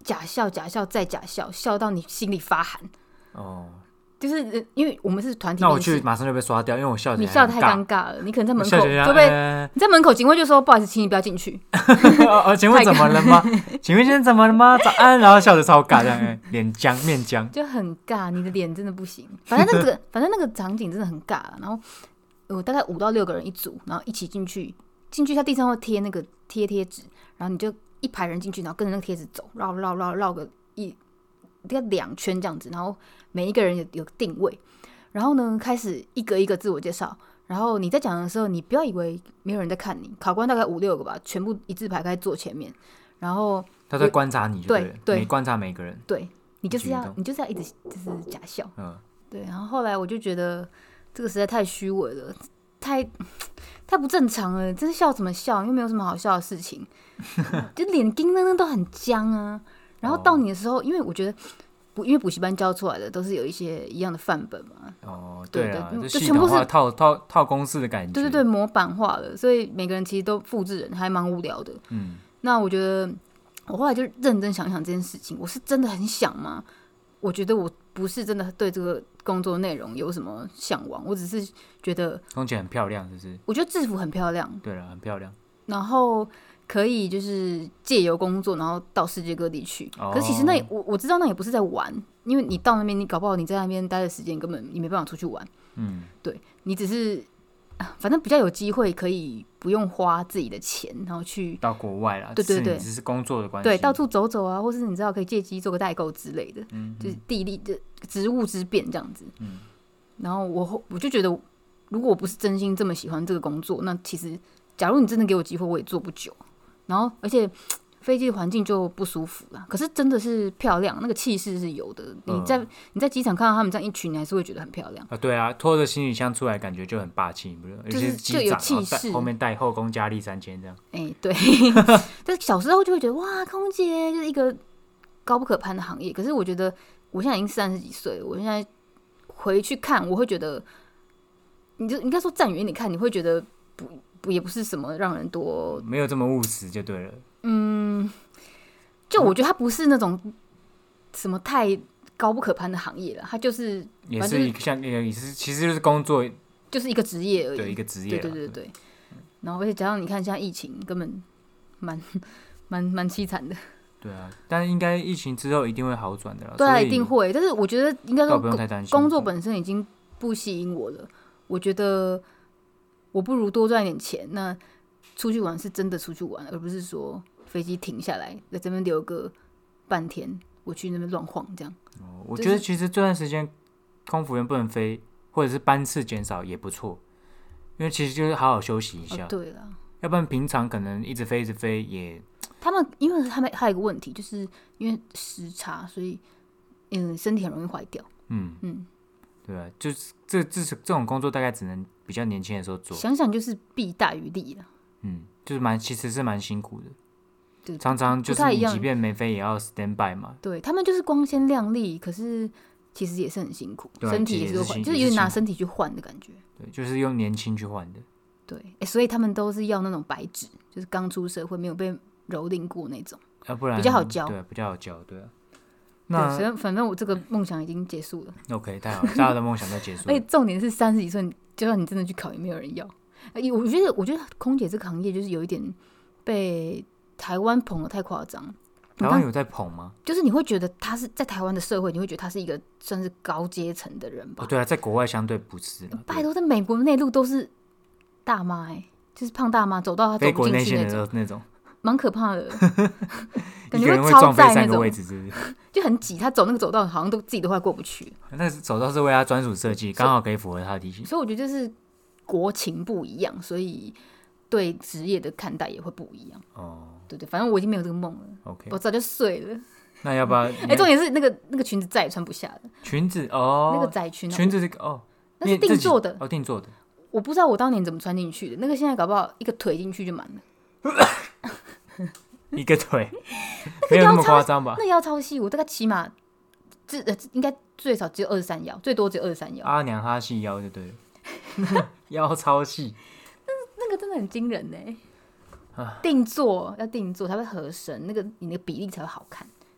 假笑假笑再假笑，笑到你心里发寒。 哦， 就是因为我们是团体那面试， 我去马上就被刷掉，因为我笑起来你笑得太很尴尬了，你可能在门口笑起来就被、 呃你在门口，警卫就说不好意思，请你不要进去。 哦哦，请问怎么了吗？请问先生怎么了吗？早安，然后笑得超尬，这样哎脸僵面僵， 就很尬，你的脸真的不行。反正那个反正那个场景真的很尬啦。然后我大概五到六个人一组，然后一起进去，进去他地上会贴那个贴贴纸，然后你就一排人进去，然后跟着那个贴纸走，绕绕绕绕个一大概两圈这样子，然后每一个人有有定位，然后呢开始一个一个自我介绍。然后你在讲的时候，你不要以为没有人在看你，考官大概五六个吧，全部一字排开坐前面，然后他在观察你就对了， 对对没观察每个人， 对你就是要举动你就是要一直就是假笑， 嗯， 对。然后后来我就觉得这个实在太虚伪了，太太不正常了，这是笑怎么笑？又没有什么好笑的事情，就脸盯那那都很僵啊。然后到你的时候，因为我觉得补因为补习班教出来的都是有一些一样的范本嘛， 哦， 对啊， 对就系统就全部是化套套套公式的感觉， 对对对，模板化了，所以每个人其实都复制人，还蛮无聊的。 嗯， 那我觉得我后来就认真想想这件事情，我是真的很想吗？我觉得我不是真的对这个工作内容有什么向往，我只是觉得空姐很漂亮，是不是？ 我觉得制服很漂亮， 对了，很漂亮， 然后可以就是借由工作，然后到世界各地去。 哦可是其实那也我我知道那也不是在玩，因为你到那边，你搞不好你在那边待的时间根本你没办法出去玩， 嗯， 对你只是啊反正比较有机会可以不用花自己的钱，然后去到国外啦， 对对对只是你只是工作的关系， 对到处走走啊，或是你知道可以借机做个代购之类的， 嗯， 就是地利的职务之便这样子。 嗯， 然后我我就觉得，如果我不是真心这么喜欢这个工作，那其实假如你真的给我机会，我也做不久。然后而且飞机的环境就不舒服了，可是真的是漂亮，那个气势是有的。你在、嗯、你在机场看到他们这样一群，你还是会觉得很漂亮啊。对啊，拖着行李箱出来，感觉就很霸气，不是？ 就是就有气势， 后面带后宫佳丽三千这样。 哎、欸，对。但小时候就会觉得哇，空姐就是一个高不可攀的行业。可是我觉得我现在已经三十几岁了，我现在回去看，我会觉得，你就应该说站远一点看，你会觉得不。也不是什么让人多没有这么务实就对了。 嗯，就我觉得它不是那种什么太高不可攀的行业了，它就是也是一个像也是其实就是工作， 就是一个职业而已， 对一个职业， 对对对对。然后而且加上你看现在疫情根本蛮蛮蛮凄惨的。 对啊，但应该疫情之后一定会好转的啦。 对啊，一定会。但是我觉得应该说不用太担心， 工作本身已经不吸引我了。我觉得。我不如多赚一点钱，那出去玩是真的出去玩，而不是说飞机停下来在这边留个半天，我去那边乱晃这样。 哦，我觉得其实这段时间空服员不能飞，或者是班次减少也不错，因为其实就是好好休息一下。 哦、对了， 要不然平常可能一直飞一直飞也。 他们因为他们还有一个问题，就是因为时差，所以嗯身体很容易坏掉。嗯嗯。 对啊，就是这这这种工作大概只能比较年轻的时候做。 想想就是弊大于利了。 嗯，就是蛮其实是蛮辛苦的。 对， 常常就是你即便没飞也要 stand by 嘛。 对他们就是光鲜亮丽，可是其实也是很辛苦， 对啊、 身体也是换，就是有点拿身体去换的感觉。 对，就是用年轻去换的。 对、欸，所以他们都是要那种白纸，就是刚出社会没有被蹂躏过那种， 要、啊、不然比较好教。 对，比较好教，对啊。 那对，反正我这个梦想已经结束了。 OK， 太好了，大家的梦想都结束了。 而且重点是三十几岁，就算你真的去考，也没有人要。我觉得，我觉得空姐这个行业就是有一点被台湾捧得太夸张。 台湾有在捧吗？ 就是你会觉得他是在台湾的社会，你会觉得他是一个算是高阶层的人吧？ 哦，对啊，在国外相对不是。 拜托，在美国内陆都是大妈、欸，就是胖大妈，走到他走不进去那种， 那种蛮可怕的。感觉会超载那种位置，是不是？ 就很挤，他走那个走道好像都自己都快过不去。 那走道是为他专属设计，刚好可以符合他的体型。 所以我觉得就是国情不一样，所以对职业的看待也会不一样。哦，对对，反正我已经没有这个梦了。 OK， 我早就睡了。 那要不要？哎、 欸，重点是那个那个裙子再也穿不下了。 裙子哦， 那个窄裙、啊， 裙子这个哦， 那是定做的哦，定做的。 我不知道我当年怎么穿进去的，那个现在搞不好一个腿进去就满了。 一个腿没有那么夸张吧？ 那腰超细，我大概起码这呃应该最少只有二十三腰，最多只有二十三腰。 阿娘哈细腰就对了，腰超细。 那那个真的很惊人呢、欸。定做要定做才会合身，那个你的比例才会好看。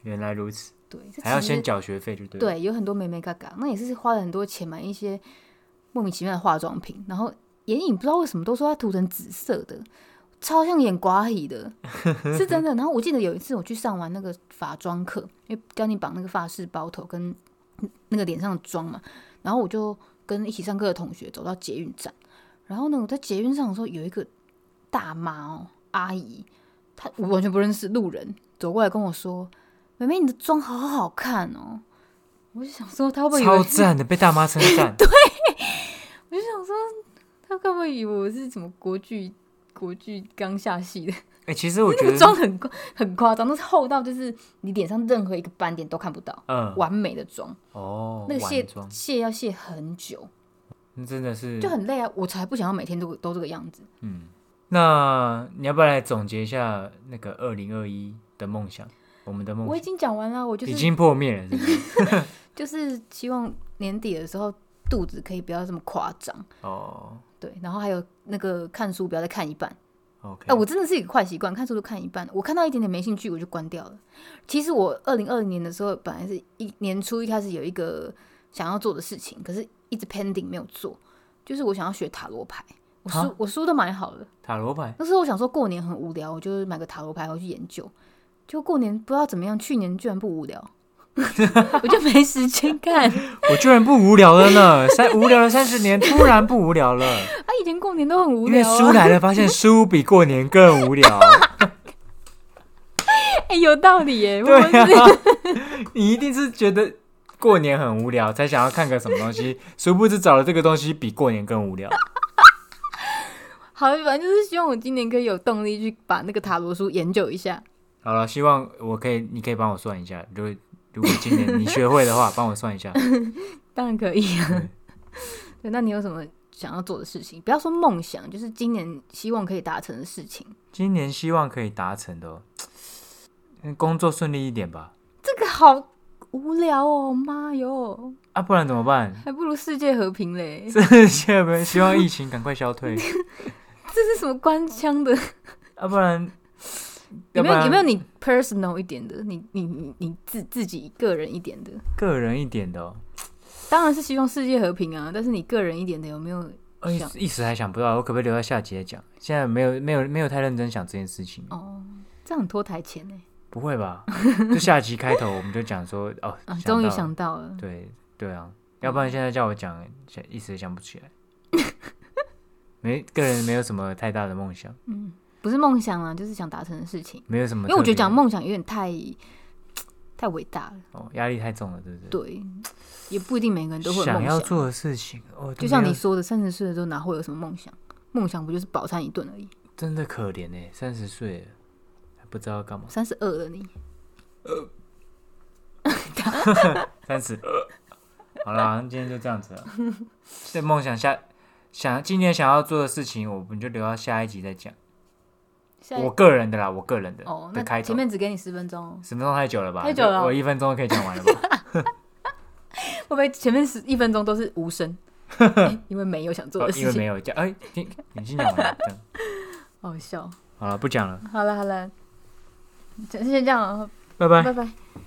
原来如此， 对，这还要其实先缴学费就对了。 对，有很多美美嘎嘎，那也是花了很多钱买一些莫名其妙的化妆品，然后眼影不知道为什么都说它涂成紫色的，超像演寡喜的，是真的。然后我记得有一次我去上完那个发妆课，因为教你绑那个发饰包头跟那个脸上的妆嘛，然后我就跟一起上课的同学走到捷运站，然后呢，我在捷运上的时候有一个大妈哦，阿姨，她我完全不认识，路人走过来跟我说：“妹妹，你的妆好好看哦。”我就想说，她会不会以为超赞的，被大妈称赞。 对，我就想说，她会不会以为我是什么国剧国剧刚下戏的？ 哎、欸，其实我觉那个得妆很很夸张，那是厚到就是你脸上任何一个斑点都看不到， 嗯， 完美的妆。 哦， 那个卸晚妆卸要卸很久， 那真的是就很累啊！我才不想要每天都都这个样子。 嗯，那你要不要来总结一下那个二零二一的梦想？我们的梦想我已经讲完了，我就是已经破灭了，是不是？ 就是希望年底的时候肚子可以不要这么夸张哦。 对，然后还有那个看书不要再看一半。 OK， 哎、呃，我真的是一个坏习惯，看书都看一半，我看到一点点没兴趣我就关掉了。其实我二零二零年的时候，本来是一年初一开始有一个想要做的事情，可是一直 pending 没有做，就是我想要学塔罗牌，我书我书都买好了。 塔罗牌， 那时候我想说过年很无聊，我就买个塔罗牌回去研究。就过年不知道怎么样，去年居然不无聊，我就没时间看。 我居然不无聊了呢！三无聊了三十年，突然不无聊了。 啊，以前过年都很无因为聊、啊， 书来了，发现书比过年更无聊。 哎、欸，有道理耶。 对啊，你一定是觉得过年很无聊，才想要看个什么东西，殊不知找了这个东西比过年更无聊。 好，反正就是希望我今年可以有动力去把那个塔罗书研究一下。 好了，希望我可以，你可以帮我算一下，如果如果今年你学会的话，帮我算一下。 当然可以啊。对，那你有什么想要做的事情？不要说梦想，就是今年希望可以达成的事情。 今年希望可以达成的、哦，工作顺利一点吧。 这个好无聊哦，妈哟！ 啊，不然怎么办？ 还不如世界和平嘞。 世界和平，希望疫情赶快消退。 这是什么官腔的？ 啊，不然。 有没有有没有你 personal 一点的，你你你你自自己个人一点的， 个人一点的、哦， 当然是希望世界和平啊。但是你个人一点的有没有想？ 一时还想不到，我可不可以留到下集再讲？现在没有没有没有太认真想这件事情。 哦，这样很拖台前呢。 不会吧？就下集开头我们就讲说哦， 啊，终于想到了。 对对啊，要不然现在叫我讲，一时也想不起来。没个人没有什么太大的梦想。 嗯。不是梦想啊，就是想达成的事情。 没有什么， 因为我觉得讲梦想有点太太伟大了， 哦，压力太重了，对不对？ 对，也不一定每个人都会有梦想。 想要做的事情，哦， 就像你说的，三十岁的时候哪会有什么梦想？梦想不就是饱餐一顿而已？ 真的可怜哎，三十岁了还不知道干嘛。 三十二了你， 三十二，好啦，今天就这样子了。这梦想下想今年想要做的事情，我们就留到下一集再讲。我个人的啦，我个人的哦， 的开头， 前面只给你十分钟， 十分钟太久了吧？ 太久了， 我一分钟可以讲完了吧？ 会不会前面十一分钟都是无声？欸、因为没有想做的事情， 哦、因为没有讲，哎、欸，你你先讲完了，这样好笑。 好了，不讲了。 好了好了，先这样了， 拜拜拜拜。